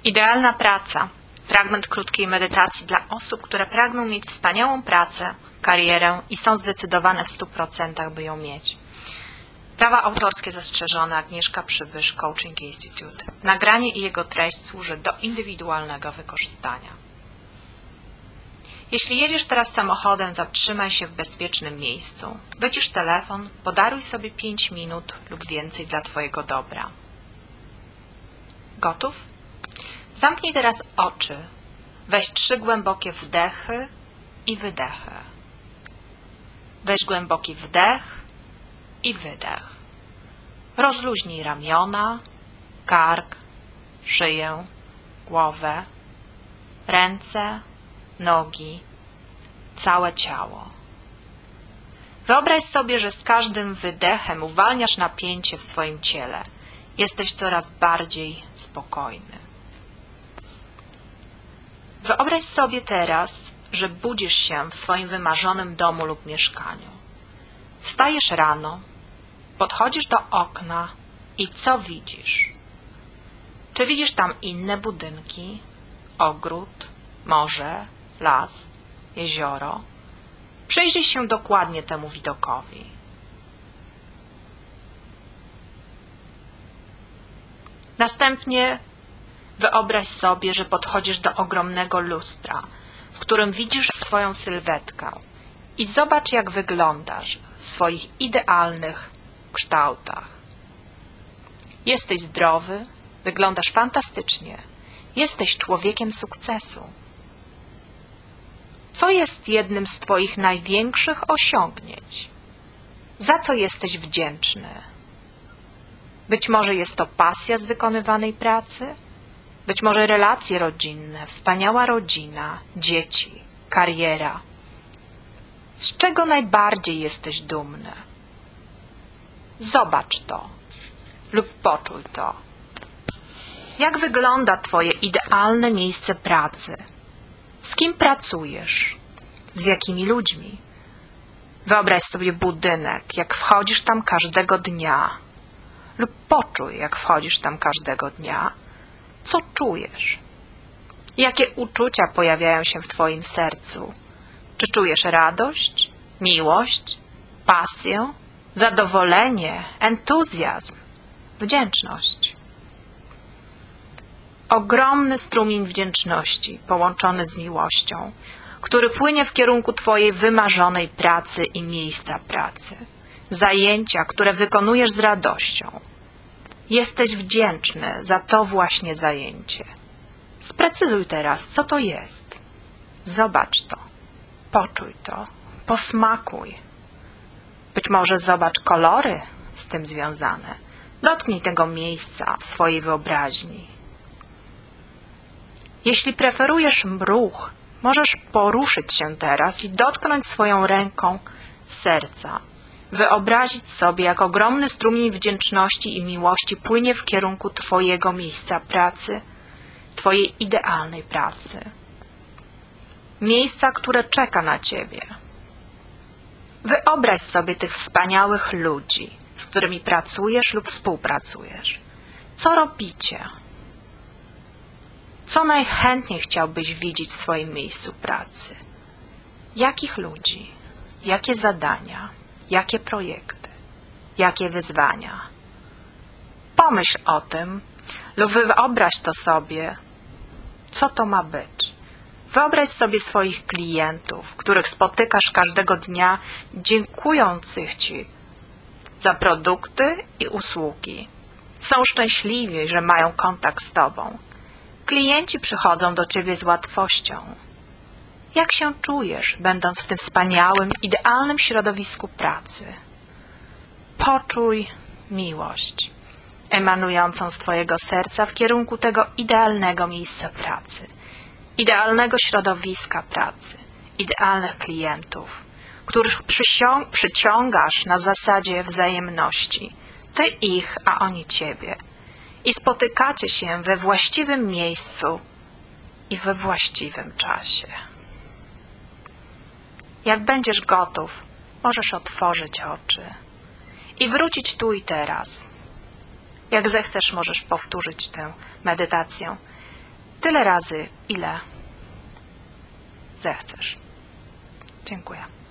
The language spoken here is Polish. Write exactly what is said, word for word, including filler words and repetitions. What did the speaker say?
Idealna praca. Fragment krótkiej medytacji dla osób, które pragną mieć wspaniałą pracę, karierę i są zdecydowane w stu procentach, by ją mieć. Prawa autorskie zastrzeżone. Agnieszka Przybysz, Coaching Institute. Nagranie i jego treść służy do indywidualnego wykorzystania. Jeśli jedziesz teraz samochodem, zatrzymaj się w bezpiecznym miejscu. Wycisz telefon, podaruj sobie pięć minut lub więcej dla Twojego dobra. Gotów? Zamknij teraz oczy. Weź trzy głębokie wdechy i wydechy. Weź głęboki wdech i wydech. Rozluźnij ramiona, kark, szyję, głowę, ręce, nogi, całe ciało. Wyobraź sobie, że z każdym wydechem uwalniasz napięcie w swoim ciele. Jesteś coraz bardziej spokojny. Wyobraź sobie teraz, że budzisz się w swoim wymarzonym domu lub mieszkaniu. Wstajesz rano, podchodzisz do okna i co widzisz? Czy widzisz tam inne budynki, ogród, morze, las, jezioro? Przyjrzyj się dokładnie temu widokowi. Następnie wyobraź sobie, że podchodzisz do ogromnego lustra, w którym widzisz swoją sylwetkę i zobacz, jak wyglądasz w swoich idealnych kształtach. Jesteś zdrowy, wyglądasz fantastycznie, jesteś człowiekiem sukcesu. Co jest jednym z Twoich największych osiągnięć? Za co jesteś wdzięczny? Być może jest to pasja z wykonywanej pracy? Być może relacje rodzinne, wspaniała rodzina, dzieci, kariera. Z czego najbardziej jesteś dumny? Zobacz to lub poczuj to. Jak wygląda Twoje idealne miejsce pracy? Z kim pracujesz? Z jakimi ludźmi? Wyobraź sobie budynek, jak wchodzisz tam każdego dnia. Lub poczuj, jak wchodzisz tam każdego dnia. Co czujesz? Jakie uczucia pojawiają się w Twoim sercu? Czy czujesz radość, miłość, pasję, zadowolenie, entuzjazm, wdzięczność? Ogromny strumień wdzięczności połączony z miłością, który płynie w kierunku Twojej wymarzonej pracy i miejsca pracy. Zajęcia, które wykonujesz z radością. Jesteś wdzięczny za to właśnie zajęcie. Sprecyzuj teraz, co to jest. Zobacz to, poczuj to, posmakuj. Być może zobacz kolory z tym związane. Dotknij tego miejsca w swojej wyobraźni. Jeśli preferujesz ruch, możesz poruszyć się teraz i dotknąć swoją ręką serca. Wyobrazić sobie, jak ogromny strumień wdzięczności i miłości płynie w kierunku Twojego miejsca pracy, Twojej idealnej pracy. Miejsca, które czeka na Ciebie. Wyobraź sobie tych wspaniałych ludzi, z którymi pracujesz lub współpracujesz. Co robicie? Co najchętniej chciałbyś widzieć w swoim miejscu pracy? Jakich ludzi? Jakie zadania? Jakie projekty? Jakie wyzwania? Pomyśl o tym lub wyobraź to sobie, co to ma być. Wyobraź sobie swoich klientów, których spotykasz każdego dnia, dziękujących Ci za produkty i usługi. Są szczęśliwi, że mają kontakt z Tobą. Klienci przychodzą do Ciebie z łatwością. Jak się czujesz, będąc w tym wspaniałym, idealnym środowisku pracy? Poczuj miłość emanującą z Twojego serca w kierunku tego idealnego miejsca pracy, idealnego środowiska pracy, idealnych klientów, których przyciągasz na zasadzie wzajemności. Ty ich, a oni Ciebie. I spotykacie się we właściwym miejscu i we właściwym czasie. Jak będziesz gotów, możesz otworzyć oczy i wrócić tu i teraz. Jak zechcesz, możesz powtórzyć tę medytację tyle razy, ile zechcesz. Dziękuję.